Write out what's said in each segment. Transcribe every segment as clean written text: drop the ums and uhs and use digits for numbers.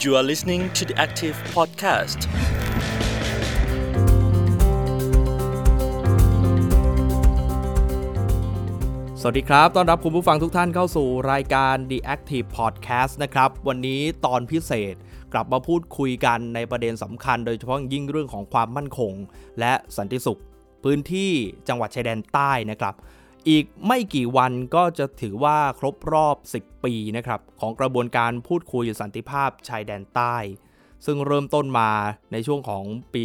You are listening to the Active Podcast. สวัสดีครับต้อนรับคุณผู้ฟังทุกท่านเข้าสู่รายการ The Active Podcast นะครับวันนี้ตอนพิเศษกลับมาพูดคุยกันในประเด็นสำคัญโดยเฉพาะยิ่งเรื่องของความมั่นคงและสันติสุขพื้นที่จังหวัดชายแดนใต้นะครับอีกไม่กี่วันก็จะถือว่าครบรอบ10ปีนะครับของกระบวนการพูดคุยสันติภาพชายแดนใต้ซึ่งเริ่มต้นมาในช่วงของปี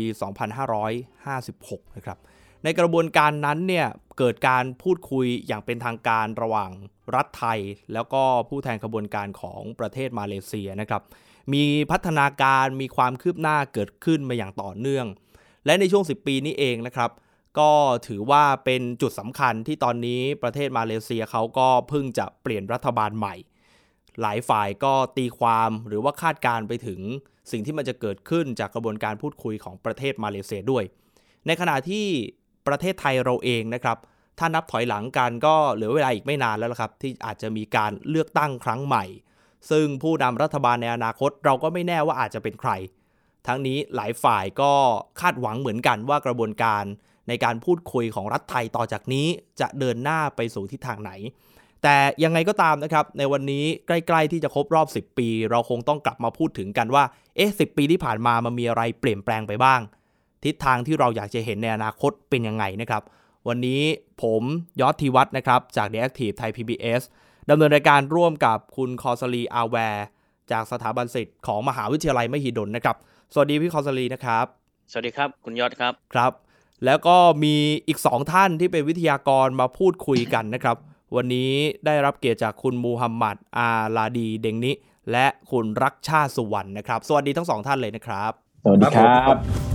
2556 นะครับในกระบวนการนั้นเนี่ยเกิดการพูดคุยอย่างเป็นทางการระหว่างรัฐไทยแล้วก็ผู้แทนขบวนการของประเทศมาเลเซียนะครับมีพัฒนาการมีความคืบหน้าเกิดขึ้นมาอย่างต่อเนื่องและในช่วง10ปีนี้เองนะครับก็ถือว่าเป็นจุดสำคัญที่ตอนนี้ประเทศมาเลเซียเขาก็เพิ่งจะเปลี่ยนรัฐบาลใหม่หลายฝ่ายก็ตีความหรือว่าคาดการไปถึงสิ่งที่มันจะเกิดขึ้นจากกระบวนการพูดคุยของประเทศมาเลเซียด้วยในขณะที่ประเทศไทยเราเองนะครับถ้านับถอยหลังกันก็เหลือเวลาอีกไม่นานแล้วครับที่อาจจะมีการเลือกตั้งครั้งใหม่ซึ่งผู้นำรัฐบาลในอนาคตเราก็ไม่แน่ว่าอาจจะเป็นใครทั้งนี้หลายฝ่ายก็คาดหวังเหมือนกันว่ากระบวนการในการพูดคุยของรัฐไทยต่อจากนี้จะเดินหน้าไปสู่ทิศทางไหนแต่ยังไงก็ตามนะครับในวันนี้ใกล้ๆที่จะครบรอบ10ปีเราคงต้องกลับมาพูดถึงกันว่า10ปีที่ผ่านมามันมีอะไรเปลี่ยนแปลงไปบ้างทิศทางที่เราอยากจะเห็นในอนาคตเป็นยังไงนะครับวันนี้ผมยอดธีวัฒน์นะครับจาก The Active Thai PBS ดำเนินรายการร่วมกับคุณคอสลีอาแวร์จากสถาบันศิษย์ของมหาวิทยาลัยมหิดลนะครับสวัสดีพี่คอสลีนะครับสวัสดีครับคุณยอดครับครับแล้วก็มีอีก2ท่านที่เป็นวิทยากรมาพูดคุยกันนะครับวันนี้ได้รับเกียรติจากคุณมูฮัมหมัดอาลาดีเดงนิและคุณรักชาติสุวรรณนะครับสวัสดีทั้ง2ท่านเลยนะครับสวัสดีครับ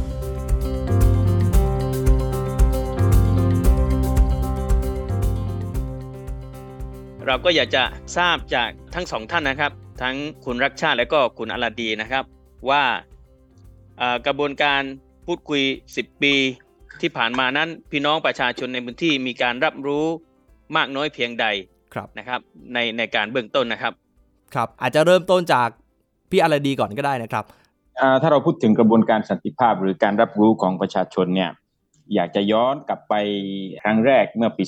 เราก็อยากจะทราบจากทั้งสองท่านนะครับทั้งคุณรักชาติและก็คุณอลาดีนะครับว่ากระบวนการพูดคุย10ปีที่ผ่านมานั้นพี่น้องประชาชนในพื้นที่มีการรับรู้มากน้อยเพียงใดนะครับในการเบื้องต้นนะครับครับอาจจะเริ่มต้นจากพี่อลาดีก่อนก็ได้นะครับถ้าเราพูดถึงกระบวนการสันติภาพหรือการรับรู้ของประชาชนเนี่ยอยากจะย้อนกลับไปครั้งแรกเมื่อปี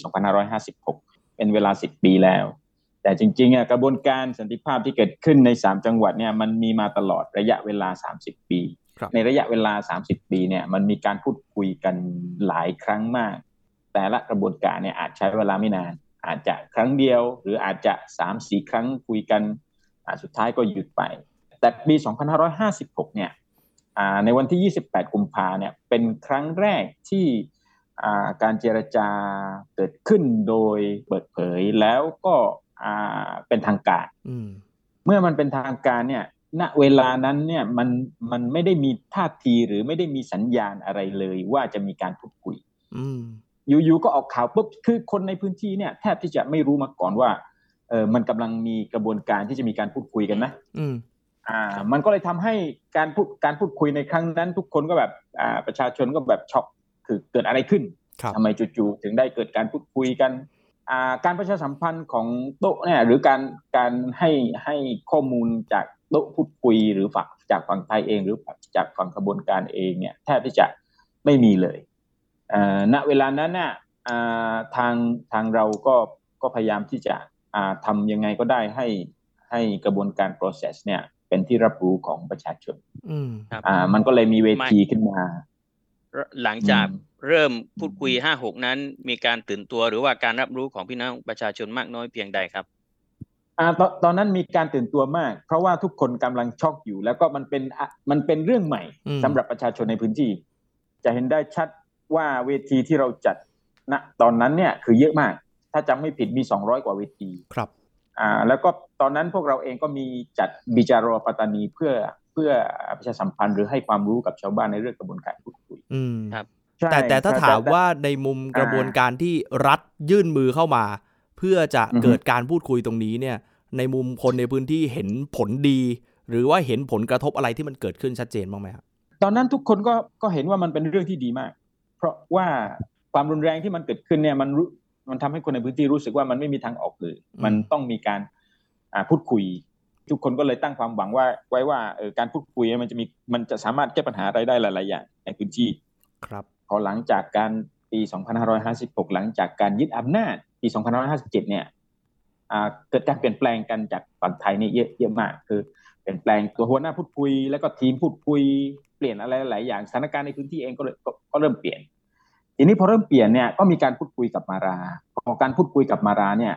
2556เป็นเวลา10ปีแล้วแต่จริงๆกระบวนการสันติภาพที่เกิดขึ้นใน3จังหวัดเนี่ยมันมีมาตลอดระยะเวลา30ปีในระยะเวลา30ปีเนี่ยมันมีการพูดคุยกันหลายครั้งมากแต่ละกระบวนการเนี่ยอาจใช้เวลาไม่นานอาจจะครั้งเดียวหรืออาจจะ 3-4 ครั้งคุยกันสุดท้ายก็หยุดไปแต่ปี 2556เนี่ยในวันที่28กุมภาพันธ์เนี่ยเป็นครั้งแรกที่การเจรจาเกิดขึ้นโดยเปิดเผยแล้วก็เป็นทางการเมื่อมันเป็นทางการเนี่ยณเวลานั้นเนี่ยมันไม่ได้มีท่าทีหรือไม่ได้มีสัญญาณอะไรเลยว่าจะมีการพูดคุยอยู่ๆก็ออกข่าวปุ๊บคือคนในพื้นที่เนี่ยแทบที่จะไม่รู้มาก่อนว่ามันกำลังมีกระบวนการที่จะมีการพูดคุยกันนะมันก็เลยทำให้การพูดคุยในครั้งนั้นทุกคนก็แบบประชาชนก็แบบช็อกคือเกิดอะไรขึ้นทำไมจู่ๆถึงได้เกิดการพูดคุยกันการประชาสัมพันธ์ของโต๊ะเนี่ยหรือการให้ข้อมูลจากโต๊ะพูดคุยหรือจากฝั่งไทยเองหรือจากฝั่งกระบวนการเองเนี่ยแทบที่จะไม่มีเลยณเวลานั้นน่ะทางเราก็พยายามที่จะทำยังไงก็ได้ให้กระบวนการ process เนี่ยเป็นที่รับรู้ของประชาชนมันก็เลยมีเวทีขึ้นมาหลังจากเริ่มพูดคุย56นั้นมีการตื่นตัวหรือว่าการรับรู้ของพี่น้องประชาชนมากน้อยเพียงใดครับตอนนั้นมีการตื่นตัวมากเพราะว่าทุกคนกำลังช็อกอยู่แล้วก็มันเป็นเรื่องใหม่สำหรับประชาชนในพื้นที่จะเห็นได้ชัดว่าเวทีที่เราจัดณตอนนั้นเนี่ยคือเยอะมากถ้าจำไม่ผิดมี200กว่าเวทีครับแล้วก็ตอนนั้นพวกเราเองก็มีจัดบิจารอปัตตานีเพื่อประชาสัมพันธ์หรือให้ความรู้กับชาวบ้านในเรื่องกระบวนการพูดคุยครับแต่ถ้าถามว่าในมุมกระบวนการที่รัฐยื่นมือเข้ามาเพื่อจะเกิดการพูดคุยตรงนี้เนี่ยในมุมคนในพื้นที่เห็นผลดีหรือว่าเห็นผลกระทบอะไรที่มันเกิดขึ้นชัดเจนบ้างไหมครับตอนนั้นทุกคนก็เห็นว่ามันเป็นเรื่องที่ดีมากเพราะว่าความรุนแรงที่มันเกิดขึ้นเนี่ยมันทำให้คนในพื้นที่รู้สึกว่ามันไม่มีทางออกเลยมันต้องมีการพูดคุยทุกคนก็เลยตั้งความหวังไว้ว่าการพูดคุยมันจะสามารถแก้ปัญหาอะไรได้หลายๆอย่างในพื้นที่ครับพอหลังจากการปี2556หลังจากการยึดอำนาจปี2557เนี่ยเกิดการเปลี่ยนแปลงกันจากฝั่งไทยนี่เยอะมากคือเปลี่ยนแปลงตัวหัวหน้าพูดคุยแล้วก็ทีมพูดคุยเปลี่ยนอะไรหลายอย่างสถานการณ์ในพื้นที่เองก็เริ่มเปลี่ยนทีนี้พอเริ่มเปลี่ยนเนี่ยก็มีการพูดคุยกับมาราพอการพูดคุยกับมาราเนี่ย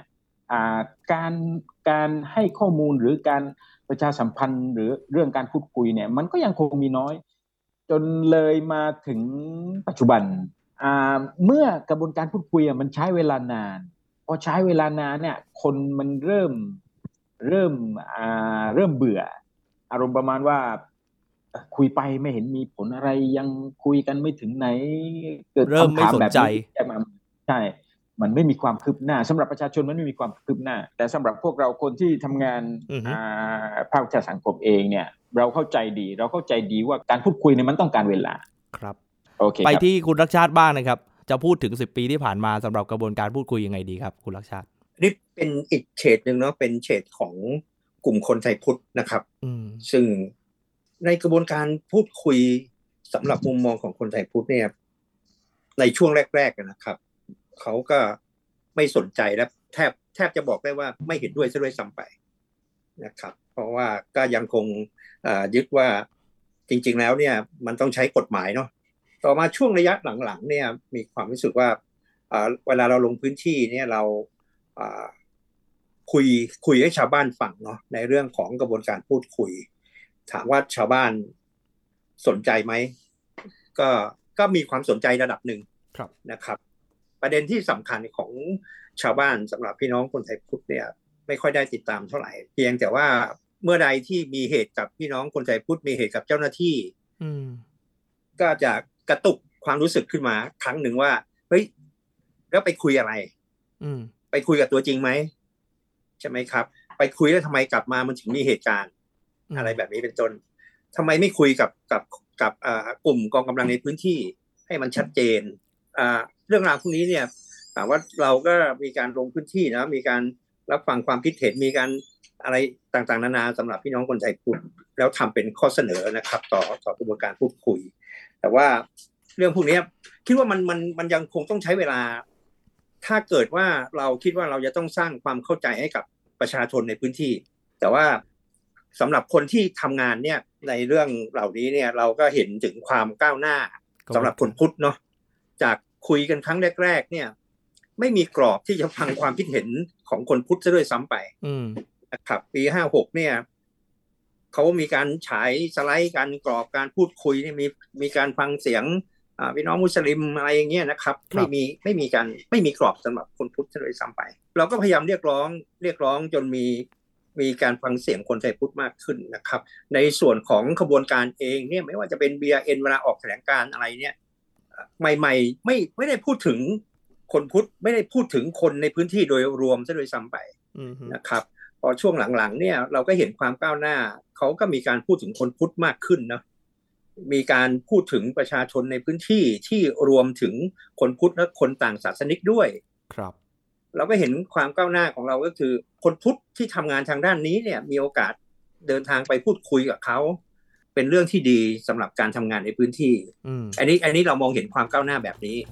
การให้ข้อมูลหรือการประชาสัมพันธ์หรือเรื่องการพูดคุยเนี่ยมันก็ยังคงมีน้อยจนเลยมาถึงปัจจุบันเมื่อกระบวนการพูดคุยมันใช้เวลานานพอใช้เวลานานเนี่ยคนมันเริ่มเบื่ออารมณ์ประมาณว่าคุยไปไม่เห็นมีผลอะไรยังคุยกันไม่ถึงไหนเกิดคำถามแบบนี้ใช่มันไม่มีความคืบหน้าสำหรับประชาชนมันไม่มีความคืบหน้าแต่สำหรับพวกเราคนที่ทำงานภาคประชาสังคมเองเนี่ยเราเข้าใจดีว่าการพูดคุยเนี่ยมันต้องการเวลาครับโอเคไปที่คุณรักชาติบ้างนะครับจะพูดถึง10ปีที่ผ่านมาสำหรับกระบวนการพูดคุยยังไงดีครับคุณรักชาตินี่เป็นอีกเฉดนึงเนาะเป็นเฉดของกลุ่มคนไทยพุทธนะครับซึ่งในกระบวนการพูดคุยสำหรับมุมมองของคนไทยพุทธเนี่ยในช่วงแรกๆนะครับเขาก็ไม่สนใจและแทบจะบอกได้ว่าไม่เห็นด้วยซะด้วยซ้ำไปนะครับเพราะว่าก็ยังคงยึดว่าจริงๆแล้วเนี่ยมันต้องใช้กฎหมายเนาะต่อมาช่วงระยะหลังๆเนี่ยมีความรู้สึกว่าเวลาเราลงพื้นที่เนี่ยเราคุยให้ชาวบ้านฟังเนาะในเรื่องของกระบวนการพูดคุยถามว่าชาวบ้านสนใจไหมก็มีความสนใจระดับหนึ่งนะครับประเด็นที่สำคัญของชาวบ้านสำหรับพี่น้องคนไทยพุทธเนี่ยไม่ค่อยได้ติดตามเท่าไหร่เพียงแต่ว่าเมื่อใดที่มีเหตุกับพี่น้องคนไทยพุทธมีเหตุกับเจ้าหน้าที่ก็จะกระตุกความรู้สึกขึ้นมาครั้งหนึ่งว่าเฮ้ยแล้วไปคุยอะไรไปคุยกับตัวจริงไหมใช่ไหมครับไปคุยแล้วทำไมกลับมามันถึงมีเหตุการณ์อะไรแบบนี้เป็นต้นทำไมไม่คุยกับกลุ่มกองกำลังในพื้นที่ให้มันชัดเจนเรื่องราวพวกนี้เนี่ยถามว่าเราก็มีการลงพื้นที่นะมีการรับฟังความคิดเห็นมีการอะไรต่างๆนานาสำหรับพี่น้องคนไทยพุทธแล้วทำเป็นข้อเสนอนะครับต่อกระบวนการพูดคุยแต่ว่าเรื่องพวกนี้คิดว่ามันยังคงต้องใช้เวลาถ้าเกิดว่าเราคิดว่าเราจะต้องสร้างความเข้าใจให้กับประชาชนในพื้นที่แต่ว่าสำหรับคนที่ทำงานเนี่ยในเรื่องเหล่านี้เนี่ยเราก็เห็นถึงความก้าวหน้าสำหรับคนพุทธเนาะจากคุยกันครั้งแรกๆเนี่ยไม่มีกรอบที่จะฟังความคิดเห็นของคนพุทธซะด้วยซ้ำไปนะครับปี56เนี่ยเขามีการฉายสไลด์การกรอบการพูดคุยเนี่ยมีการฟังเสียงพี่น้องมุสลิมอะไรอย่างเงี้ยนะครับไม่มีกรอบสำหรับคนพุทธซะด้วยซ้ำไปเราก็พยายามเรียกร้องจนมีการฟังเสียงคนไทยพุทธมากขึ้นนะครับในส่วนของขบวนการเองเนี่ยไม่ว่าจะเป็น BRN เวลาออกแถลงการอะไรเนี่ยใหม่ๆไม่ได้พูดถึงคนพุทธไม่ได้พูดถึงคนในพื้นที่โดยรวมซะโดยซ้ำไปนะครับพอช่วงหลังๆเนี่ยเราก็เห็นความก้าวหน้าเขาก็มีการพูดถึงคนพุทธมากขึ้นนะมีการพูดถึงประชาชนในพื้นที่ที่รวมถึงคนพุทธและคนต่างศาสนิกด้วยครับเราก็เห็นความก้าวหน้าของเราก็คือคนพุทธที่ทำงานทางด้านนี้เนี่ยมีโอกาสเดินทางไปพูดคุยกับเขาเป็นเรื่องที่ดีสำหรับการทำงานในพื้นที่อันนี้เรามองเห็นความก้าวหน้าแบบนี้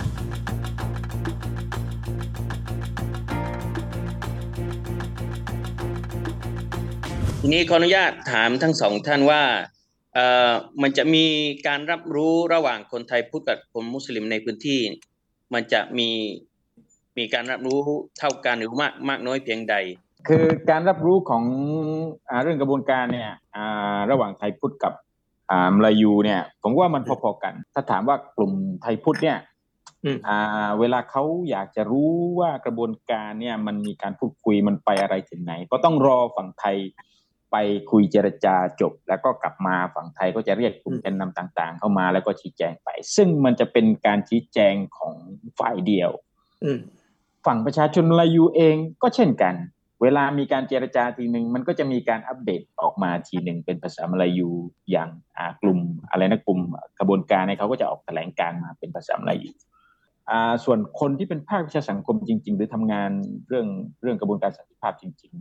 ทีนี้ขออนุญาตถามทั้งสองท่านว่ามันจะมีการรับรู้ระหว่างคนไทยพุทธกับคนมุสลิมในพื้นที่มันจะมีการรับรู้เท่ากันหรือมากน้อยเพียงใดคือการรับรู้ของเรื่องกระบวนการเนี่ยระหว่างไทยพุทธกับมลายูเนี่ยผมว่ามันพอๆกันถ้าถามว่ากลุ่มไทยพุทธเนี่ยเวลาเขาอยากจะรู้ว่ากระบวนการเนี่ยมันมีการพูดคุยมันไปอะไรถึงไหนก็ต้องรอฝั่งไทยไปคุยเจรจาจบแล้วก็กลับมาฝั่งไทยก็จะเรียกกลุ่มแกนนำต่างๆเข้ามาแล้วก็ชี้แจงไปซึ่งมันจะเป็นการชี้แจงของฝ่ายเดียวฝั่งประชาชนมลายูเองก็เช่นกันเวลามีการเจรจาทีนึงมันก็จะมีการอัปเดตออกมาทีนึงเป็นภาษามลายูอย่างกลุ่มอะไรนะกลุ่มกระบวนการเนี่ยเขาก็จะออกแถลงการมาเป็นภาษามลายูส่วนคนที่เป็นภาควิชาสังคมจริงๆหรือทำงานเรื่องกระบวนการสันติภาพจริงๆเนี่ย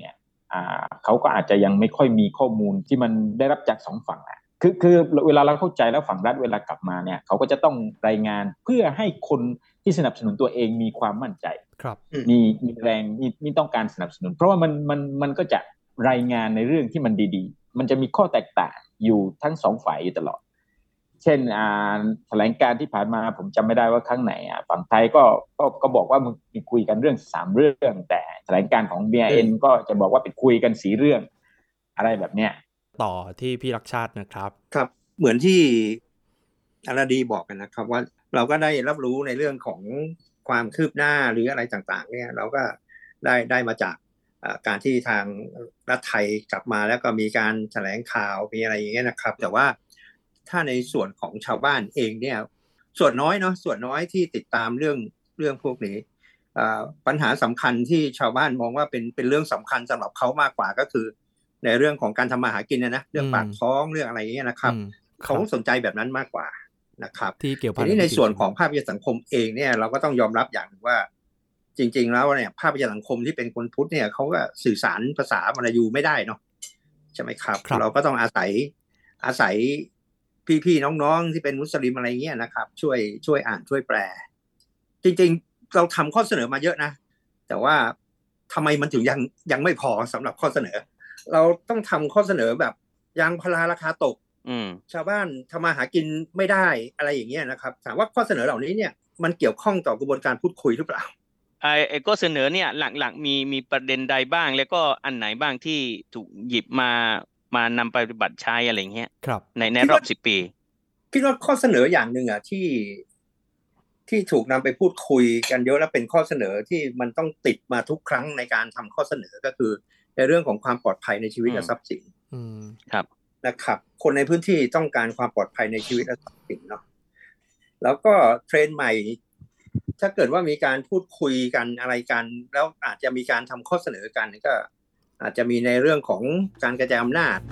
เขาก็อาจจะยังไม่ค่อยมีข้อมูลที่มันได้รับจาก2ฝั่งคือเวลาเราเข้าใจแล้วฝั่งรัฐเวลากลับมาเนี่ยเขาก็จะต้องรายงานเพื่อให้คนที่สนับสนุนตัวเองมีความมั่นใจครับมีแรงมีต้องการสนับสนุนเพราะว่ามันก็จะรายงานในเรื่องที่มันดีๆมันจะมีข้อแตกต่างอยู่ทั้ง2ฝ่ายอยู่ตลอดเช่นแถลงการที่ผ่านมาผมจำไม่ได้ว่าครั้งไหนฝั่งไทยก็บอกว่ามึงคุยกันเรื่อง3เรื่องแต่แถลงการของ BRN ก็จะบอกว่าเป็นคุยกัน4เรื่องอะไรแบบเนี้ยต่อที่พี่รักชาตินะครับครับเหมือนที่อรดีบอกกันนะครับว่าเราก็ได้รับรู้ในเรื่องของความคืบหน้าหรืออะไรต่างๆเนี่ยเราก็ได้มาจากการที่ทางรัฐไทยกลับมาแล้วก็มีการแถลงข่าวมีอะไรอย่างเงี้ยนะครับแต่ว่าถ้าในส่วนของชาวบ้านเองเนี่ยส่วนน้อยเนาะส่วนน้อยที่ติดตามเรื่องพวกนี้ปัญหาสำคัญที่ชาวบ้านมองว่าเป็นเรื่องสำคัญสำหรับเขามากกว่าก็คือในเรื่องของการทำมาหากินนะเรื่องปากท้องเรื่องอะไรอย่างเงี้ยนะครับเขาสนใจแบบนั้นมากกว่านะครับที่เกี่ยวพันในส่วนของภาพยนตร์สังคมเองเนี่ยเราก็ต้องยอมรับอย่างนึงว่าจริงๆแล้วเนี่ยภาพยนตร์สังคมที่เป็นคนพุทธเนี่ยเขาก็สื่อสารภาษามลายูไม่ได้เนาะใช่ไหมครับเราก็ต้องอาศัยพี่ๆน้องๆที่เป็นมุสลิมอะไรเงี้ยนะครับช่วยอ่านช่วยแปลจริงๆเราทำข้อเสนอมาเยอะนะแต่ว่าทำไมมันถึงยังไม่พอสำหรับข้อเสนอเราต้องทำข้อเสนอแบบยางพาราราคาตกชาวบ้านทำมาหากินไม่ได้อะไรอย่างเงี้ยนะครับถามว่าข้อเสนอเหล่านี้เนี่ยมันเกี่ยวข้องต่อกระบวนการพูดคุยหรือเปล่าไอ้ข้อเสนอเนี่ยหลักๆมีประเด็นใดบ้างแล้วก็อันไหนบ้างที่ถูกหยิบมานำไปปฏิบัติใช้อะไรเงี้ยในรอบ10 ปีคิดว่าข้อเสนออย่างนึงที่ถูกนำไปพูดคุยกันเยอะและเป็นข้อเสนอที่มันต้องติดมาทุกครั้งในการทำข้อเสนอก็คือในเรื่องของความปลอดภัยในชีวิตและทรัพย์สินครับนะครับคนในพื้นที่ต้องการความปลอดภัยในชีวิตและทรัพย์สินเนาะแล้วก็เทรนด์ใหม่ถ้าเกิดว่ามีการพูดคุยกันอะไรกันแล้วอาจจะมีการทำข้อเสนอกันก็อาจจะมีในเรื่องของการกระจายอำนาจ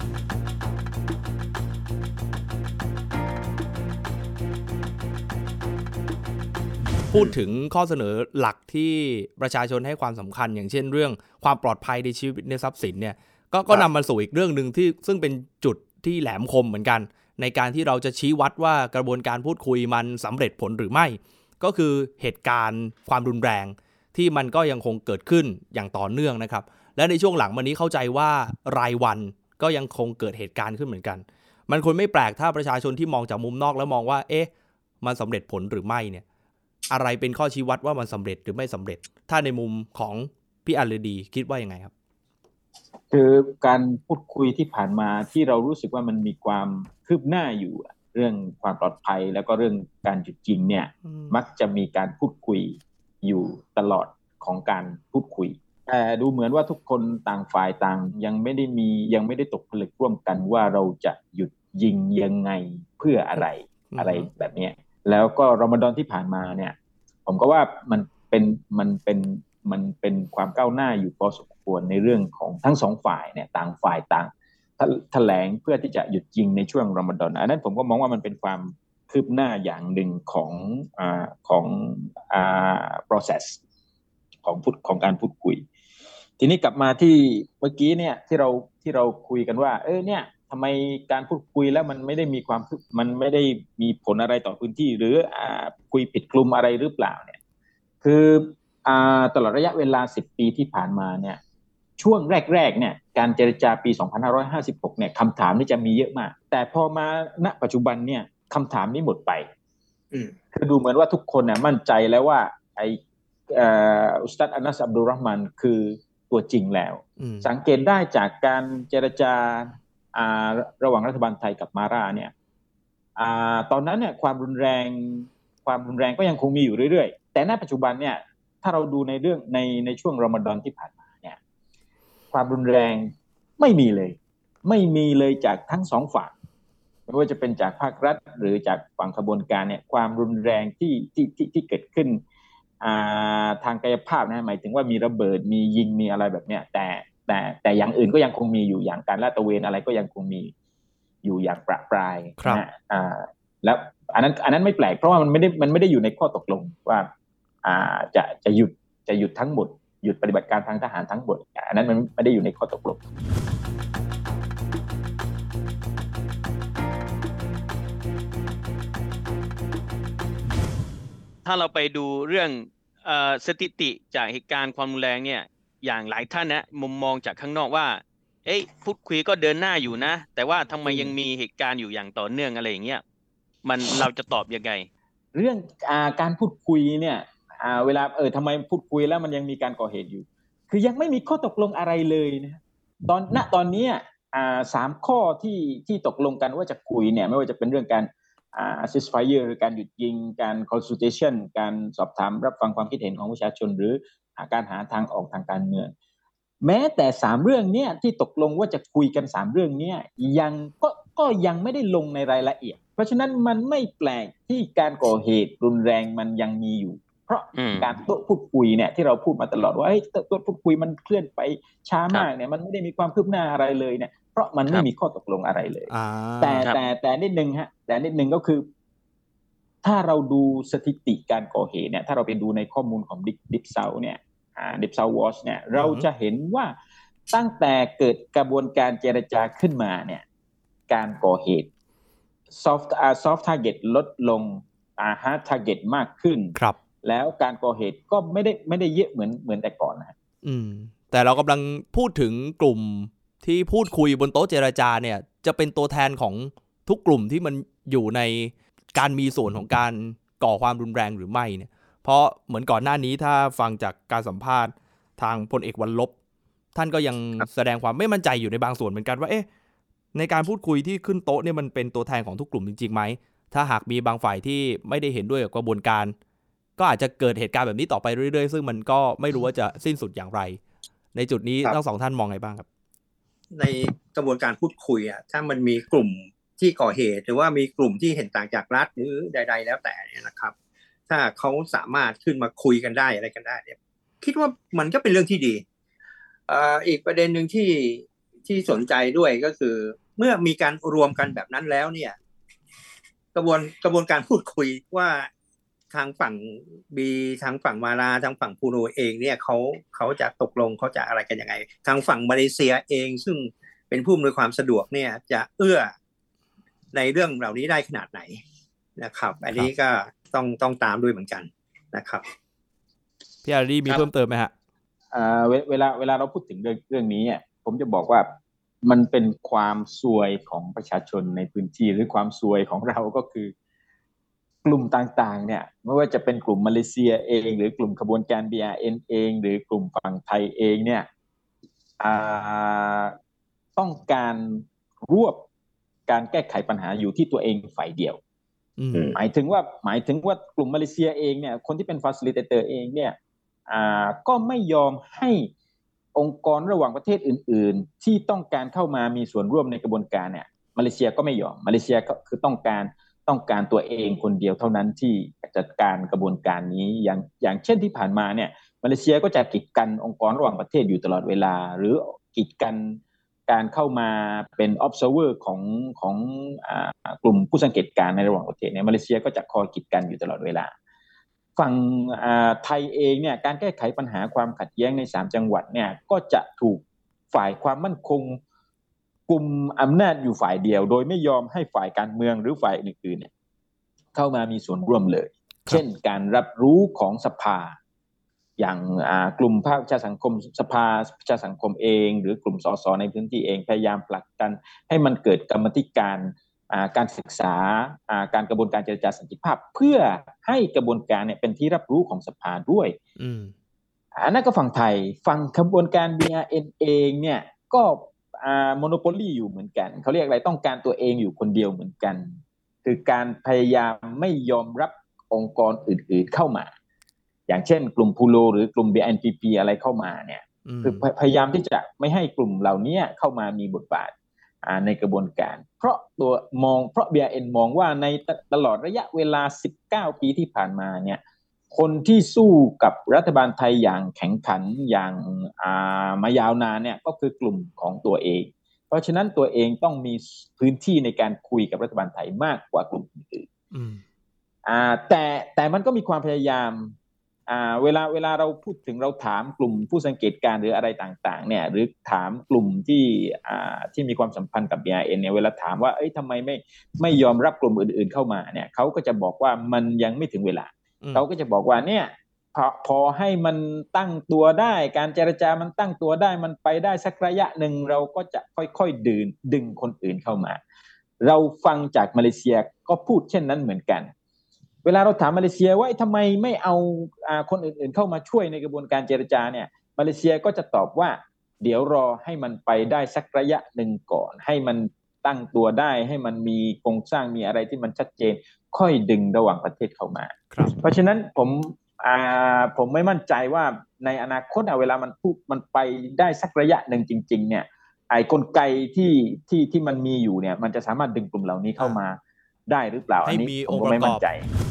พูดถึงข้อเสนอหลักที่ประชาชนให้ความสำคัญอย่างเช่นเรื่องความปลอดภัยในชีวิตในทรัพย์สินเนี่ยก็นำมาสู่อีกเรื่องนึงซึ่งเป็นจุดที่แหลมคมเหมือนกันในการที่เราจะชี้วัดว่ากระบวนการพูดคุยมันสำเร็จผลหรือไม่ก็คือเหตุการณ์ความรุนแรงที่มันก็ยังคงเกิดขึ้นอย่างต่อเนื่องนะครับและในช่วงหลังมานี้เข้าใจว่ารายวันก็ยังคงเกิดเหตุการณ์ขึ้นเหมือนกันมันคงไม่แปลกถ้าประชาชนที่มองจากมุมนอกแล้วมองว่ามันสำเร็จผลหรือไม่เนี่ยอะไรเป็นข้อชี้วัดว่ามันสำเร็จหรือไม่สำเร็จถ้าในมุมของพี่อัลเลดีคิดว่ายังไงครับคือการพูดคุยที่ผ่านมาที่เรารู้สึกว่ามันมีความคืบหน้าอยู่เรื่องความปลอดภัยแล้วก็เรื่องการหยุดยิงเนี่ยมักจะมีการพูดคุยอยู่ตลอดของการพูดคุยแต่ดูเหมือนว่าทุกคนต่างฝ่ายต่างยังไม่ได้ตกผลึกร่วมกันว่าเราจะหยุดยิงยังไงเพื่ออะไรแบบนี้แล้วก็รอมฎอนที่ผ่านมาเนี่ยผมก็ว่ามันเป็นความก้าวหน้าอยู่พอสมควรในเรื่องของทั้งสองฝ่ายเนี่ยต่างฝ่ายต่างแถลงเพื่อที่จะหยุดยิงในช่วงรอมฎอนอันนั้นผมก็มองว่ามันเป็นความคืบหน้าอย่างหนึ่งของprocess ของการพูดคุยทีนี้กลับมาที่เมื่อกี้เนี่ยที่เราคุยกันว่าเนี่ยทำไมการพูดคุยแล้วมันไม่ได้มีผลอะไรต่อพื้นที่หรือคุยผิดกลุ่มอะไรหรือเปล่าเนี่ยคือตลอดระยะเวลา10 ปีที่ผ่านมาเนี่ยช่วงแรกๆเนี่ยการเจรจาปี2556เนี่ยคำถามนี่จะมีเยอะมากแต่พอมาณปัจจุบันเนี่ยคำถามนี้หมดไปคือดูเหมือนว่าทุกคนเนี่ยมั่นใจแล้วว่าอุสตัดอานัสอับดุลเราะห์มานคือตัวจริงแล้วสังเกตได้จากการเจรจาระหว่างรัฐบาลไทยกับมาราเนี่ยตอนนั้นเนี่ยความรุนแรงก็ยังคงมีอยู่เรื่อยๆแต่ณปัจจุบันเนี่ยถ้าเราดูในเรื่องในช่วงรอมฎอนที่ผ่านมาเนี่ยความรุนแรงไม่มีเลยจากทั้งสองฝั่งไม่ว่าจะเป็นจากภาครัฐหรือจากฝั่งขบวนการเนี่ยความรุนแรงที่เกิดขึ้นทางกายภาพนะหมายถึงว่ามีระเบิดมียิงมีอะไรแบบเนี้ยแต่อย่างอื่นก็ยังคงมีอยู่อย่างการลาดตระเวนอะไรก็ยังคงมีอยู่อย่างประปรายนะแล้วอันนั้นไม่แปลกเพราะว่ามันไม่ได้อยู่ในข้อตกลงว่าจะหยุดทั้งหมดหยุดปฏิบัติการทางทหารทั้งหมดอันนั้นมันไม่ได้อยู่ในข้อตกลงถ้าเราไปดูเรื่องสถิติจากเหตุการณ์ความรุนแรงเนี่ยอย่างหลายท่านนะมุมมองจากข้างนอกว่าพูดคุยก็เดินหน้าอยู่นะแต่ว่าทำไมยังมีเหตุการณ์อยู่อย่างต่อเนื่องอะไรอย่างเงี้ยเราจะตอบยังไงเรื่องการพูดคุยเนี่ยเวลาทำไมพูดคุยแล้วมันยังมีการก่อเหตุอยู่คือยังไม่มีข้อตกลงอะไรเลยนะตอนนี้3ข้อที่ตกลงกันว่าจะคุยเนี่ยไม่ว่าจะเป็นเรื่องการceasefire หรือการหยุดยิงการ consultation การสอบถามรับฟังความคิดเห็นของประชาชนหรือการหาทางออกทางการเมืองแม้แต่3เรื่องเนี้ยที่ตกลงว่าจะคุยกัน3เรื่องเนี้ยก็ยังไม่ได้ลงในรายละเอียดเพราะฉะนั้นมันไม่แปลกที่การก่อเหตุรุนแรงมันยังมีอยู่เพราะการโต๊ะพูดคุยเนี่ยที่เราพูดมาตลอดว่าโต๊ะพูดคุยมันเคลื่อนไปช้ามากเนี่ยมันไม่ได้มีความคืบหน้าอะไรเลยเนี่ยเพราะมันไม่มีข้อตกลงอะไรเลยแต่นิดนึงฮะแต่นิดนึงก็คือถ้าเราดูสถิติการก่อเหตุเนี่ยถ้าเราไปดูในข้อมูลของดิปเซาเนี่ยดิปเซาวอชเนี่ยเราจะเห็นว่าตั้งแต่เกิดกระบวนการเจรจาขึ้นมาเนี่ยการก่อเหตุsoft target ลดลงhard target มากขึ้นครับแล้วการก่อเหตุก็ไม่ได้เยอะเหมือนแต่ก่อนนะแต่เรากำลังพูดถึงกลุ่มที่พูดคุยบนโต๊ะเจรจาเนี่ยจะเป็นตัวแทนของทุกกลุ่มที่มันอยู่ในการมีส่วนของการก่อความรุนแรงหรือไม่เนี่ยเพราะเหมือนก่อนหน้านี้ถ้าฟังจากการสัมภาษณ์ทางพลเอกวรรลบท่านก็ยังแสดงความไม่มั่นใจอยู่ในบางส่วนเหมือนกันว่าในการพูดคุยที่ขึ้นโต๊ะเนี่ยมันเป็นตัวแทนของทุกกลุ่มจริงๆไหมถ้าหากมีบางฝ่ายที่ไม่ได้เห็นด้วยกับกระบวนการก็อาจจะเกิดเหตุการณ์แบบนี้ต่อไปเรื่อยๆซึ่งมันก็ไม่รู้ว่าจะสิ้นสุดอย่างไรในจุดนี้ทั้งสองท่านมองไงบ้างครับในกระบวนการพูดคุยถ้ามันมีกลุ่มที่ก่อเหตุหรือว่ามีกลุ่มที่เห็นต่างจากรัฐหรือใดๆแล้วแต่เนี่ยนะครับถ้าเขาสามารถขึ้นมาคุยกันได้อะไรกันได้เนี่ยคิดว่ามันก็เป็นเรื่องที่ดีอีกประเด็นหนึ่งที่สนใจด้วยก็คือเมื่อมีการรวมกันแบบนั้นแล้วเนี่ยกระบวนการพูดคุยว่าทางฝั่งบีทางฝั่งมาลาทางฝั่งพูโรเองเนี่ยเขาจะตกลงเขาจะอะไรกันยังไงทางฝั่งมาเลเซียเองซึ่งเป็นผู้อำนวยความสะดวกเนี่ยจะเอื้อในเรื่องเหล่านี้ได้ขนาดไหนนะครับอันนี้ก็ต้องตามด้วยเหมือนกันนะครับพี่อารีมีเพิ่มเติมไหมฮะเวลาเราพูดถึงเรื่องนี้ผมจะบอกว่ามันเป็นความซวยของประชาชนในพื้นที่หรือความซวยของเราก็คือกลุ่มต่างๆเนี่ยไม่ว่าจะเป็นกลุ่มมาเลเซียเองหรือกลุ่มขบวนการ BRN เองหรือกลุ่มฝั่งไทยเองเนี่ยต้องการรวบการแก้ไขปัญหาอยู่ที่ตัวเองฝ่ายเดียวหมายถึงว่ากลุ่มมาเลเซียเองเนี่ยคนที่เป็น facilitator เองเนี่ยก็ไม่ยอมให้องค์กรระหว่างประเทศอื่นๆที่ต้องการเข้ามามีส่วนร่วมในกระบวนการเนี่ยมาเลเซียก็ไม่ยอมมาเลเซียก็คือต้องการตัวเองคนเดียวเท่านั้นที่จัดการกระบวนการนี้อย่างเช่นที่ผ่านมาเนี่ยมาเลเซียก็จะกีดกันองค์กรระหว่างประเทศอยู่ตลอดเวลาหรือกีดกันการเข้ามาเป็น observer ของกลุ่มผู้สังเกตการณ์ในระหว่างประเทศเนี่ยมาเลเซียก็จะคอยกีดกันอยู่ตลอดเวลาฝั่งไทยเองเนี่ยการแก้ไขปัญหาความขัดแย้งใน3จังหวัดเนี่ยก็จะถูกฝ่ายความมั่นคงกลุ่มอำนาจอยู่ฝ่ายเดียวโดยไม่ยอมให้ฝ่ายการเมืองหรือฝ่ายอื่นๆเนี่ยเข้ามามีส่วนร่วมเลยเช่นการรับรู้ของสภาอย่างกลุ่มภาคประชาสังคมสภาประชาสังคมเองหรือกลุ่มสสในพื้นที่เองพยายามผลักดันให้มันเกิดกรรมธิการการศึกษาการกระบวนการเจรจาสันติภาพเพื่อให้กระบวนการเนี่ยเป็นที่รับรู้ของสภาด้วยอันนั้นก็ฝั่งไทยฝั่งกระบวนการ BRN เองเนี่ยก็โมโนโปลีอยู่เหมือนกันเขาเรียกอะไรต้องการตัวเองอยู่คนเดียวเหมือนกันคือการพยายามไม่ยอมรับองค์กรอื่นๆเข้ามาอย่างเช่นกลุ่มพูโลหรือกลุ่ม BNPP อะไรเข้ามาเนี่ยคือพยายามที่จะไม่ให้กลุ่มเหล่านี้เข้ามามีบทบาทในกระบวนการเพราะBRN มองว่าในตลอดระยะเวลา19ปีที่ผ่านมาเนี่ยคนที่สู้กับรัฐบาลไทยอย่างแข็งขันอย่างมายาวนานเนี่ยก็คือกลุ่มของตัวเองเพราะฉะนั้นตัวเองต้องมีพื้นที่ในการคุยกับรัฐบาลไทยมากกว่ากลุ่มอื่นแต่มันก็มีความพยายามเวลาเราพูดถึงเราถามกลุ่มผู้สังเกตการณ์หรืออะไรต่างๆเนี่ยหรือถามกลุ่มที่มีความสัมพันธ์กับ BRN เนี่ยเวลาถามว่าทำไมไม่ยอมรับกลุ่มอื่นๆเข้ามาเนี่ยเขาก็จะบอกว่ามันยังไม่ถึงเวลาเขาก็จะบอกว่าเนี่ยพอให้มันตั้งตัวได้การเจรจามันตั้งตัวได้มันไปได้สักระยะหนึ่งเราก็จะค่อยๆดึงคนอื่นเข้ามาเราฟังจากมาเลเซียก็พูดเช่นนั้นเหมือนกันเวลาเราถามมาเลเซียว่าทำไมไม่เอาคนอื่นๆเข้ามาช่วยในกระบวนการเจรจาเนี่ยมาเลเซียก็จะตอบว่าเดี๋ยวรอให้มันไปได้สักระยะหนึ่งก่อนให้มันตั้งตัวได้ให้มันมีโครงสร้างมีอะไรที่มันชัดเจนค่อยดึงระหว่างประเทศเข้ามาเพราะฉะนั้นผมไม่มั่นใจว่าในอนาคตเวลามันไปได้สักระยะหนึ่งจริงๆเนี่ยไอ้กลไกที่มันมีอยู่เนี่ยมันจะสามารถดึงกลุ่มเหล่านี้เข้ามาได้หรือเปล่าอันนี้ผมก็ไม่มั่นใจ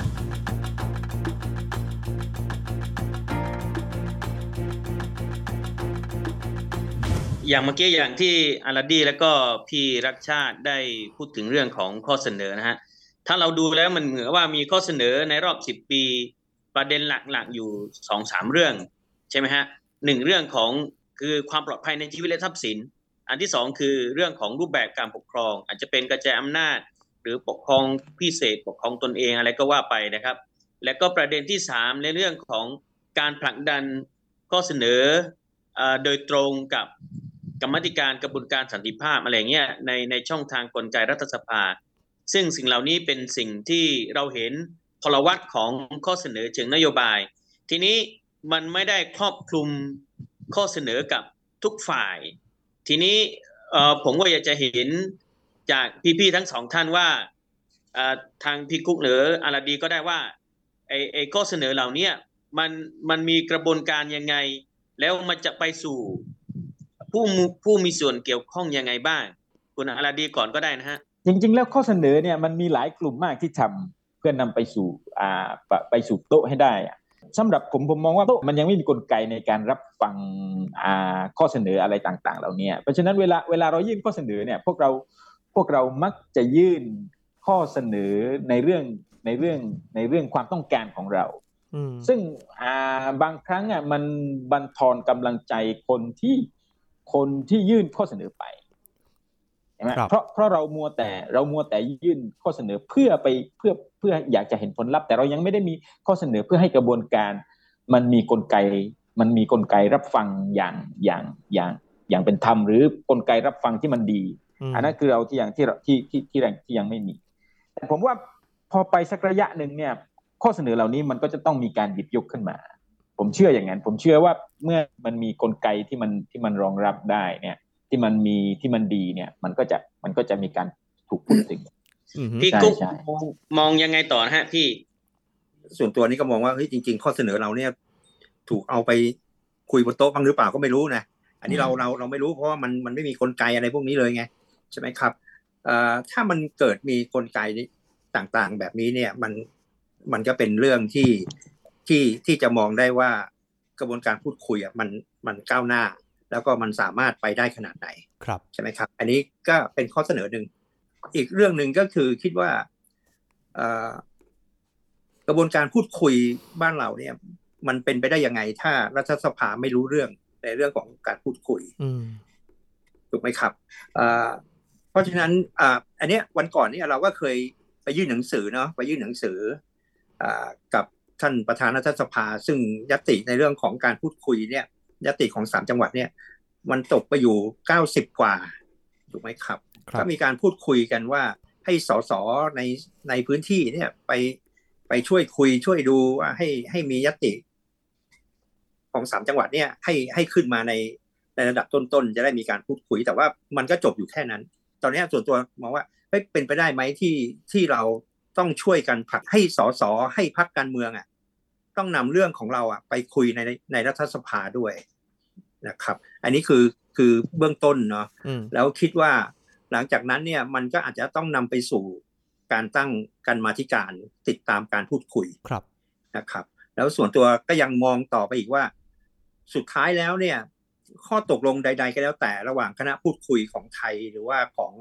อย่างเมื่อกี้อย่างที่อาราดีแล้วก็พี่รักชาติได้พูดถึงเรื่องของข้อเสนอนะฮะถ้าเราดูแล้วมันเหมือนว่ามีข้อเสนอในรอบ10 ปีประเด็นหลักๆอยู่ 2-3 เรื่องใช่ไหมฮะ1เรื่องของคือความปลอดภัยในชีวิตและทรัพย์สินอันที่2คือเรื่องของรูปแบบการปกครองอาจจะเป็นกระจายอำนาจหรือปกครองพิเศษปกครองตนเองอะไรก็ว่าไปนะครับและก็ประเด็นที่3ในเรื่องของการผลักดันข้อเสนอโดยตรงกับกรรมาธิการกระบวนการสันติภาพอะไรเงี้ยในช่องทางกลไกรัฐสภาซึ่งสิ่งเหล่านี้เป็นสิ่งที่เราเห็นพลวัตของข้อเสนอเชิงนโยบายทีนี้มันไม่ได้ครอบคลุมข้อเสนอกับทุกฝ่ายทีนี้ผมก็อยากจะเห็นจากพี่ๆทั้งสองท่านว่าทางพี่กุ๊กหรืออาราดีก็ได้ว่าไอ้ข้อเสนอเหล่านี้มันมีกระบวนการยังไงแล้วมันจะไปสู่ผู้มีส่วนเกี่ยวข้องยังไงบ้างคุณอาราดีก่อนก็ได้นะฮะจริงๆแล้วข้อเสนอเนี่ยมันมีหลายกลุ่มมากที่ทำเพื่อนำไปสู่โต๊ะให้ได้สำหรับผมมองว่ามันยังไม่มีกลไกในการรับฟังข้อเสนออะไรต่างๆเหล่านี้เพราะฉะนั้นเวลาเรายื่นข้อเสนอเนี่ยพวกเรามักจะยื่นข้อเสนอในเรื่องความต้องการของเราซึ่งบางครั้งมันบั่นทอนกำลังใจคนที่ยื่นข้อเสนอไปใช่ไหมเพราะเรามัวแต่ยื่นข้อเสนอเพื่ออยากจะเห็นผลลัพธ์แต่เรายังไม่ได้มีข้อเสนอเพื่อให้กระบวนการมันมีกลไกรับฟังอย่างเป็นธรรมหรือกลไกรับฟังที่มันดีอันนั้นคือเราที่ยังไม่มีแต่ผมว่าพอไปสักระยะหนึ่งเนี่ยข้อเสนอเหล่านี้มันก็จะต้องมีการหยิบยกขึ้นมาผมเชื่ออย่างนั้นผมเชื่อว่าเมื่อมันมีกลไกที่มันรองรับได้เนี่ยที่มันดีเนี่ยมันก็จะมีการถูกพูดถึงพี่กุ๊กมองยังไงต่อฮะพี่ส่วนตัวนี้ก็มองว่าเฮ้ยจริงๆข้อเสนอเราเนี่ยถูกเอาไปคุยบนโต๊ะบ้างหรือเปล่าก็ไม่รู้นะอันนี้เราไม่รู้เพราะว่ามันไม่มีกลไกอะไรพวกนี้เลยไงใช่ไหมครับถ้ามันเกิดมีกลไกต่างๆแบบนี้เนี่ยมันก็เป็นเรื่องที่จะมองได้ว่ากระบวนการพูดคุยมันก้าวหน้าแล้วก็มันสามารถไปได้ขนาดไหนใช่ไหมครับอันนี้ก็เป็นข้อเสนอหนึ่งอีกเรื่องหนึ่งก็คือคิดว่ากระบวนการพูดคุยบ้านเราเนี่ยมันเป็นไปได้ยังไงถ้ารัฐสภาไม่รู้เรื่องในเรื่องของการพูดคุยถูกไหมครับเพราะฉะนั้นอันเนี้ยวันก่อนเนี่ยเราก็เคยไปยื่นหนังสือเนาะไปยื่นหนังสือกับท่านประธานรัฐสภาซึ่งญัตติในเรื่องของการพูดคุยเนี่ยญัตติของ3จังหวัดเนี่ยมันตกไปอยู่90กว่าถูกไหมครับก็มีการพูดคุยกันว่าให้สสในพื้นที่เนี่ยไปช่วยคุยช่วยดูให้มีญัตติของ3จังหวัดเนี่ยให้ขึ้นมาในระดับต้นๆจะได้มีการพูดคุยแต่ว่ามันก็จบอยู่แค่นั้นตอนนี้ส่วนตัวมองว่าเป็นไปได้ไหมที่เราต้องช่วยกันผลักให้สสให้พรรคการเมืองต้องนำเรื่องของเราไปคุยในรัฐสภาด้วยนะครับอันนี้คือเบื้องต้นเนาะแล้วคิดว่าหลังจากนั้นเนี่ยมันก็อาจจะต้องนำไปสู่การตั้งกรรมาธิการติดตามการพูดคุยนะครับแล้วส่วนตัวก็ยังมองต่อไปอีกว่าสุดท้ายแล้วเนี่ยข้อตกลงใดๆก็แล้วแต่ระหว่างคณะพูดคุยของไทยหรือว่าของ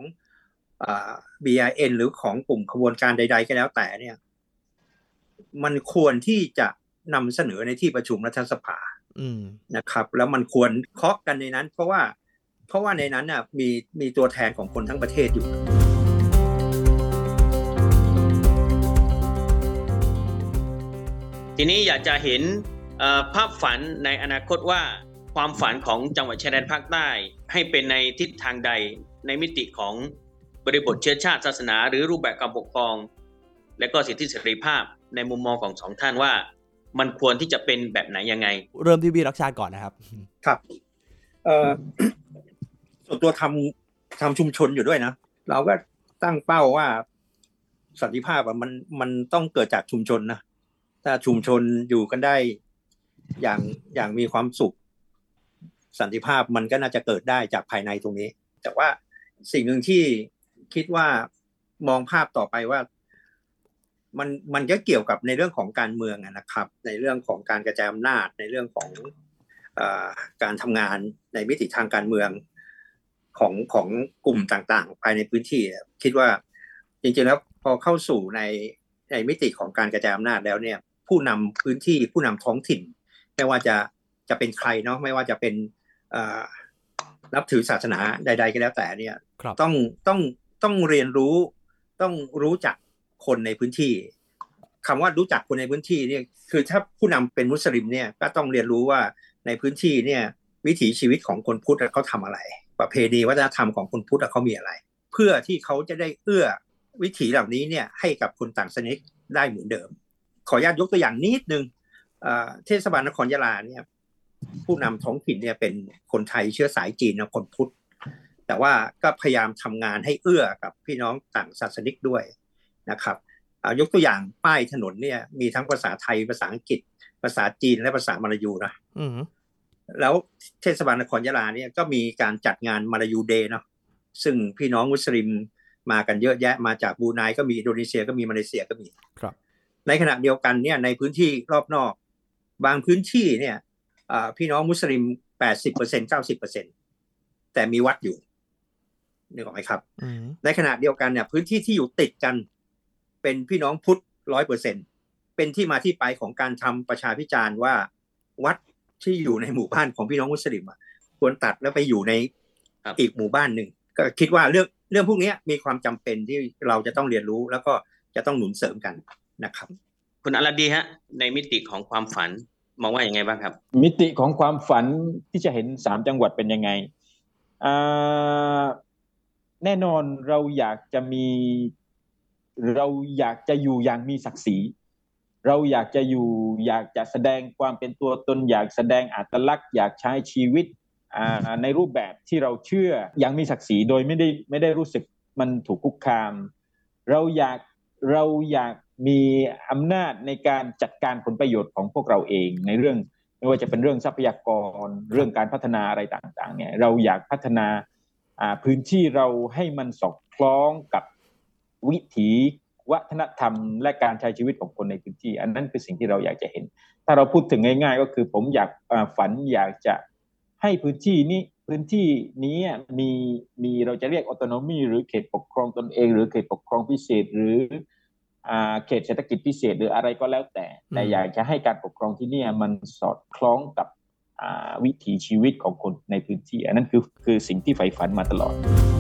BRN หรือของกลุ่มขบวนการใดๆก็แล้วแต่เนี่ยมันควรที่จะนำเสนอในที่ประชุมรัฐสภานะครับแล้วมันควรเคาะกันในนั้นเพราะว่าในนั้นน่ะมีตัวแทนของคนทั้งประเทศอยู่ทีนี้อยากจะเห็นภาพฝันในอนาคตว่าความฝันของจังหวัดชายแดนภาคใต้ให้เป็นในทิศทางใดในมิติของบริบทเชื้อชาติศาสนาหรือรูปแบบการปกครองและก็สิทธิเสรีภาพในมุมมองของสองท่านว่ามันควรที่จะเป็นแบบไหนยังไงเริ่มที่พี่รักชาติก่อนนะครับครับส่วนตัวทำชุมชนอยู่ด้วยนะเราก็ตั้งเป้าว่าสันติภาพมันต้องเกิดจากชุมชนนะถ้าชุมชนอยู่กันได้อย่างมีความสุขสันติภาพมันก็น่าจะเกิดได้จากภายในตรงนี้แต่ว่าสิ่งหนึ่งที่คิดว่ามองภาพต่อไปว่ามันก็เกี่ยวกับในเรื่องของการเมืองนะครับในเรื่องของการกระจายอำนาจในเรื่องของการทำงานในมิติทางการเมืองของกลุ่มต่างๆภายในพื้นที่คิดว่าจริงๆแล้วพอเข้าสู่ในมิติของการกระจายอำนาจแล้วเนี่ยผู้นำพื้นที่ผู้นำท้องถิ่นไม่ว่าจะเป็นใครเนาะไม่ว่าจะเป็นนับถือศาสนาใดๆก็แล้วแต่เนี่ยต้องเรียนรู้ต้องรู้จักคนในพื้นที่คำว่ารู้จักคนในพื้นที่เนี่ยคือถ้าผู้นำเป็นมุสลิมเนี่ยก็ต้องเรียนรู้ว่าในพื้นที่เนี่ยวิถีชีวิตของคนพุทธเขาทำอะไรประเพณีวัฒนธรรมของคนพุทธเขามีอะไรเพื่อที่เขาจะได้เอื้อวิถีเหล่านี้เนี่ยให้กับคนต่างศาสนาได้เหมือนเดิมขออนุญาตยกตัวอย่างนิดนึงเทศบาลนครยะลาเนี่ยผู้นำท้องถิ่นเนี่ยเป็นคนไทยเชื้อสายจีนนะคนพุทธแต่ว่าก็พยายามทำงานให้เอื้อกับพี่น้องต่างศาสนิกด้วยนะครับยกตัวอย่างป้ายถนนเนี่ยมีทั้งภาษาไทยภาษาอังกฤษภาษาจีนและภาษามลายูนะแล้วเทศบาลนครยะลาเนี่ยก็มีการจัดงานมาลายูเดย์เนาะซึ่งพี่น้องมุสลิมมากันเยอะแยะมาจากบรูไนก็มีอินโดนีเซียก็มีมาเลเซียก็มีครับในขณะเดียวกันเนี่ยในพื้นที่รอบนอกบางพื้นที่เนี่ยพี่น้องมุสลิม 80% 90% แต่มีวัดอยู่นึกออกไหมครับในขณะเดียวกันเนี่ยพื้นที่ที่อยู่ติดกันเป็นพี่น้องพุทธ 100% เป็นที่มาที่ไปของการทำประชาพิจารณ์ว่าวัดที่อยู่ในหมู่บ้านของพี่น้องมุสลิมควรตัดแล้วไปอยู่ในอีกหมู่บ้านหนึ่งก็คิดว่าเรื่องพวกนี้มีความจำเป็นที่เราจะต้องเรียนรู้แล้วก็จะต้องหนุนเสริมกันนะครับคุณอลาดีฮะในมิติของความฝันมองว่าอย่างไงบ้างครับมิติของความฝันที่จะเห็น3จังหวัดเป็นยังไงแน่นอนเราอยากจะอยู่อย่างมีศักดิ์ศรีเราอยากจะอยู่อยากจะแสดงความเป็นตัวตนอยากแสดงอัตลักษณ์อยากใช้ชีวิตในรูปแบบที่เราเชื่ออย่างมีศักดิ์ศรีโดยไม่ได้รู้สึกมันถูกคุกคามเราอยากมีอำนาจในการจัดการผลประโยชน์ของพวกเราเองในเรื่องไม่ว่าจะเป็นเรื่องทรัพยากรเรื่องการพัฒนาอะไรต่างๆเนี่ยเราอยากพัฒนาพื้นที่เราให้มันสอดคล้องกับวิถีวัฒนธรรมและการใช้ชีวิตของคนในพื้นที่อันนั้นคือสิ่งที่เราอยากจะเห็นถ้าเราพูดถึงง่ายๆก็คือผมอยากฝันอยากจะให้พื้นที่นี้มีเราจะเรียกออโตโนมีหรือเขตปกครองตนเองหรือเขตปกครองพิเศษหรือเขตเศรษฐกิจพิเศษหรืออะไรก็แล้วแต่อยากจะให้การปกครองที่นี่มันสอดคล้องกับวิถีชีวิตของคนในพื้นที่อันนั้นคือสิ่งที่ใฝ่ฝันมาตลอด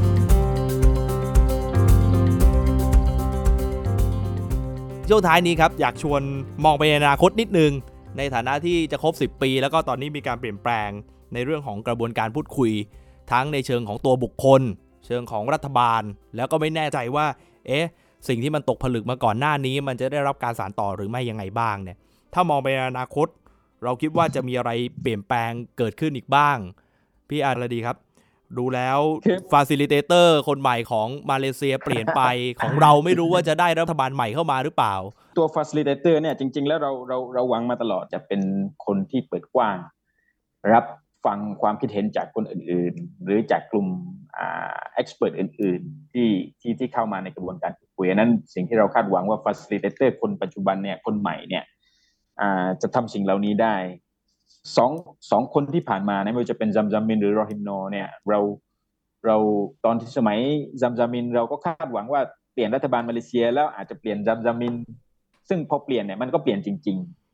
ช่วงท้ายนี้ครับอยากชวนมองไปในอนาคตนิดนึงในฐานะที่จะครบ10ปีแล้วก็ตอนนี้มีการเปลี่ยนแปลงในเรื่องของกระบวนการพูดคุยทั้งในเชิงของตัวบุคคลเชิงของรัฐบาลแล้วก็ไม่แน่ใจว่าสิ่งที่มันตกผลึกมาก่อนหน้านี้มันจะได้รับการสานต่อหรือไม่ยังไงบ้างเนี่ยถ้ามองไปในอนาคตเราคิดว่าจะมีอะไรเปลี่ยนแปลงเกิดขึ้นอีกบ้างพี่อาร์ดีครับดูแล้วฟาซิลิเตเตอร์คนใหม่ของมาเลเซียเปลี่ยนไปของเราไม่รู้ว่าจะได้รัฐบาลใหม่เข้ามาหรือเปล่าตัวฟาซิลิเตเตอร์เนี่ยจริงๆแล้วเราหวังมาตลอดจะเป็นคนที่เปิดกว้างรับฟังความคิดเห็นจากคนอื่นๆหรือจากกลุ่มexpert อื่นๆที่เข้ามาในกระบวนการคุยอันนั้นสิ่งที่เราคาดหวังว่า facilitator คนปัจจุบันเนี่ยคนใหม่เนี่ยจะทำสิ่งเหล่านี้ได้สองคนที่ผ่านมาไม่ว่าจะเป็นซัมซามินหรือรอฮิมโนเนี่ยเราตอนที่สมัยซัมซามินเราก็คาดหวังว่าเปลี่ยนรัฐบาลมาเลเซียแล้วอาจจะเปลี่ยนซัมซามินซึ่งพอเปลี่ยนเนี่ยมันก็เปลี่ยนจริงๆ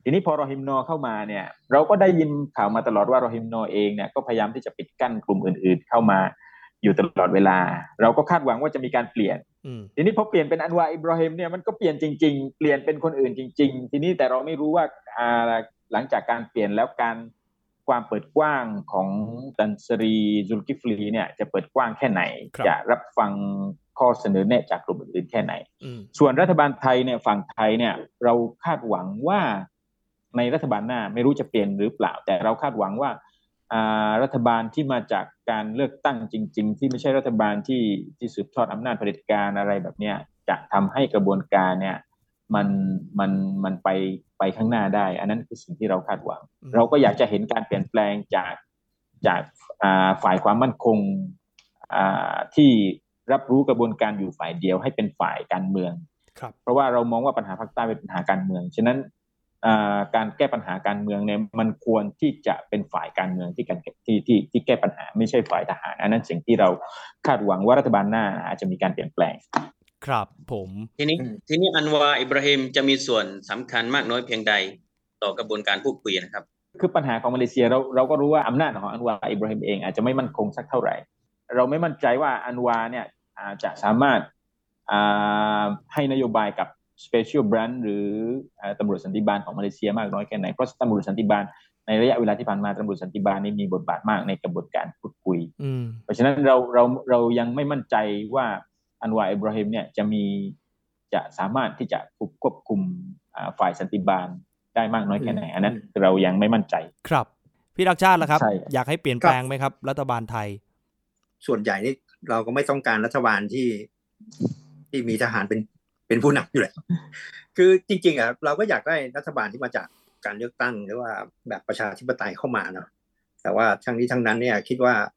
ทีนี้พอรอฮิมนอเข้ามาเนี่ยเราก็ได้ยินข่าวมาตลอดว่ารอฮิมนอเองเนี่ยก็พยายามที่จะปิดกั้นกลุ่มอื่นๆเข้ามาอยู่ตลอดเวลาเราก็คาดหวังว่าจะมีการเปลี่ยนทีนี้พอเปลี่ยนเป็นอันวาอิบราฮิมเนี่ยมันก็เปลี่ยนจริงๆเปลี่ยนเป็นคนอื่นจริงๆทีนี้แต่เราไม่รู้ว่าหลังจากการเปลี่ยนแล้วความเปิดกว้างของตันซารีซุลกิฟลีเนี่ยจะเปิดกว้างแค่ไหนจะรับฟังข้อเสนอแนะจากกลุ่มอื่นๆแค่ไหนส่วนรัฐบาลไทยเนี่ยฝั่งไทยเนี่ยเราคาดหวังว่าในรัฐบาลหน้าไม่รู้จะเปลี่ยนหรือเปล่าแต่เราคาดหวังว่ารัฐบาลที่มาจากการเลือกตั้งจริงๆที่ไม่ใช่รัฐบาลที่สืบทอดอำนาจเผด็จการอะไรแบบเนี้ยจะทำให้กระบวนการเนี่ยมันไปข้างหน้าได้อันนั้นคือสิ่งที่เราคาดหวังเราก็อยากจะเห็นการเปลี่ยนแปลงจากฝ่ายความมั่นคงที่รับรู้กระบวนการอยู่ฝ่ายเดียวให้เป็นฝ่ายการเมืองเพราะว่าเรามองว่าปัญหาภาคใต้เป็นปัญหาการเมืองฉะนั้นการแก้ปัญหาการเมืองเนี่ยมันควรที่จะเป็นฝ่ายการเมืองที่แก้ปัญหาไม่ใช่ฝ่ายทหารอันนั้นสิ่งที่เราคาดหวังว่ารัฐบาลหน้าอาจจะมีการเปลี่ยนแปลงครับผมทีนี้อันวาอิบราฮิมจะมีส่วนสำคัญมากน้อยเพียงใดต่อกระบวนการพูดคุยนะครับคือปัญหาของมาเลเซียเราก็รู้ว่าอำนาจของอันวาอิบราฮิมเองอาจจะไม่มั่นคงสักเท่าไหร่เราไม่มั่นใจว่าอันวาเนี่ยจะสามารถให้นโยบายกับSpecial Branch หรือตำรวจสันติบาลของมาเลเซียมากน้อยแค่ไหนเพราะตำรวจสันติบาลในระยะเวลาที่ผ่านมาตำรวจสันติบาลนี้มีบทบาทมากในกระบวนการพูดคุยเพราะฉะนั้นเรายังไม่มั่นใจว่าอันวาอิบราฮิมเนี่ยจะสามารถที่จะควบคุมฝ่ายสันติบาลได้มากน้อยแค่ไหนอันนั้นเรายังไม่มั่นใจครับพี่รักชาติล่ะครับอยากให้เปลี่ยนแปลงไหมครับรัฐบาลไทยส่วนใหญ่นี่เราก็ไม่ต้องการรัฐบาลที่มีทหารเป็นผู้นำอยู่แล้วคือจริงๆเราก็อยากได้รัฐบาลที่มาจากการเลือกตั้งหรือว่าแบบประชาธิปไตยเข้ามาเนาะแต่ว่าทั้งนี้ทั้งนั้นเนี่ยคิดว่า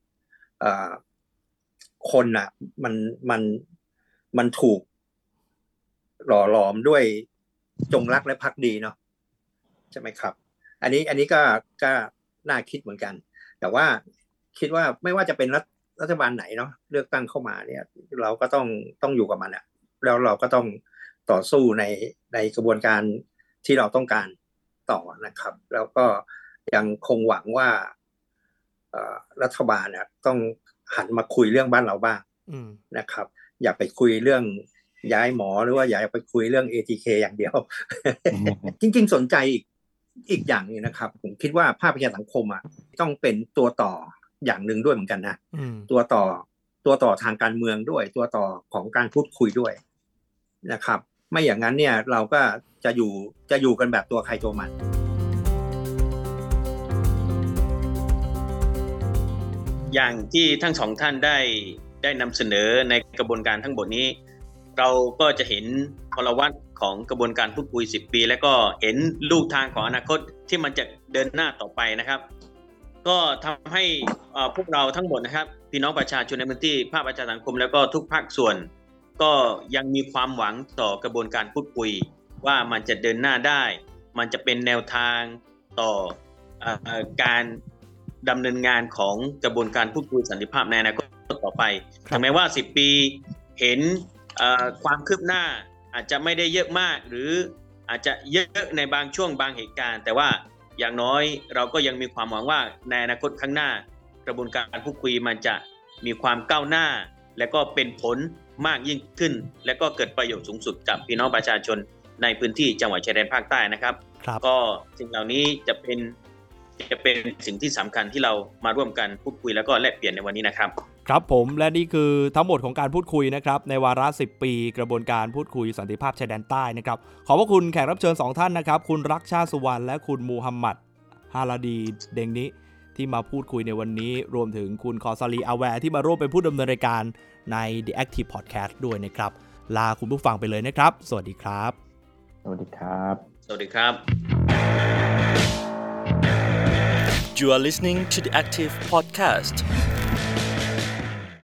คนน่ะมันถูกหล่อหลอมด้วยจงรักและภักดีเนาะใช่ไหมครับอันนี้ก็น่าคิดเหมือนกันแต่ว่าคิดว่าไม่ว่าจะเป็นรัฐบาลไหนเนาะเลือกตั้งเข้ามาเนี่ยเราก็ต้องอยู่กับมันอ่ะแล้วเราก็ต้องต่อสู้ในกระบวนการที่เราต้องการต่อนะครับแล้วก็ยังคงหวังว่ารัฐบาลเนี่ยต้องหันมาคุยเรื่องบ้านเราบ้างนะครับอย่าไปคุยเรื่องย้ายหมอหรือว่าอย่าไปคุยเรื่อง ATK อย่างเดียว จริงๆสนใจอีกอย่างนึงนะครับผมคิดว่าภาคประชาสังคมอ่ะต้องเป็นตัวต่ออย่างนึงด้วยเหมือนกันนะตัวต่อทางการเมืองด้วยตัวต่อของการพูดคุยด้วยนะครับไม่อย่างนั้นเนี่ยเราก็จะอยู่กันแบบตัวใครตัวมันอย่างที่ทั้งสองท่านได้นำเสนอในกระบวนการทั้งหมดนี้เราก็จะเห็นพลวัตของกระบวนการพูดคุย10ปีแล้วก็เห็นลู่ทางของอนาคตที่มันจะเดินหน้าต่อไปนะครับก็ทำให้พวกเราทั้งหมดนะครับพี่น้องประชาชนในพื้นที่ภาคประชาสังคมแล้วก็ทุกภาคส่วนก็ยังมีความหวังต่อกระบวนการพูดคุยว่ามันจะเดินหน้าได้มันจะเป็นแนวทางต่อการดำเนินงานของกระบวนการพูดคุยสันติภาพในอนาคตต่อไปถึงแม้ว่า10ปีเห็นความคืบหน้าอาจจะไม่ได้เยอะมากหรืออาจจะเยอะในบางช่วงบางเหตุการณ์แต่ว่าอย่างน้อยเราก็ยังมีความหวังว่าในอนาคตข้างหน้ากระบวนการพูดคุยมันจะมีความก้าวหน้าและก็เป็นผลมากยิ่งขึ้นและก็เกิดประโยชน์สูงสุดกับพี่น้องประชาชนในพื้นที่จังหวัดชายแดนภาคใต้นะครับก็สิ่งเหล่านี้จะเป็นสิ่งที่สำคัญที่เรามาร่วมกันพูดคุยแล้วก็แลกเปลี่ยนในวันนี้นะครับครับผมและนี่คือทั้งหมดของการพูดคุยนะครับในวาระ10ปีกระบวนการพูดคุยสันติภาพชายแดนใต้นะครับขอบพระคุณแขกรับเชิญ2ท่านนะครับคุณรักชาติสุวรรณและคุณมูฮัมหมัดฮาลาดีเดงนิที่มาพูดคุยในวันนี้รวมถึงคุณคอซาลีอาแวร์ที่มาร่วมเป็นผู้ดำเนินรายการใน The Active Podcast ด้วยนะครับลาคุณผู้ฟังไปเลยนะครับสวัสดีครับสวัสดีครับสวัสดีครับ You are listening to the Active Podcast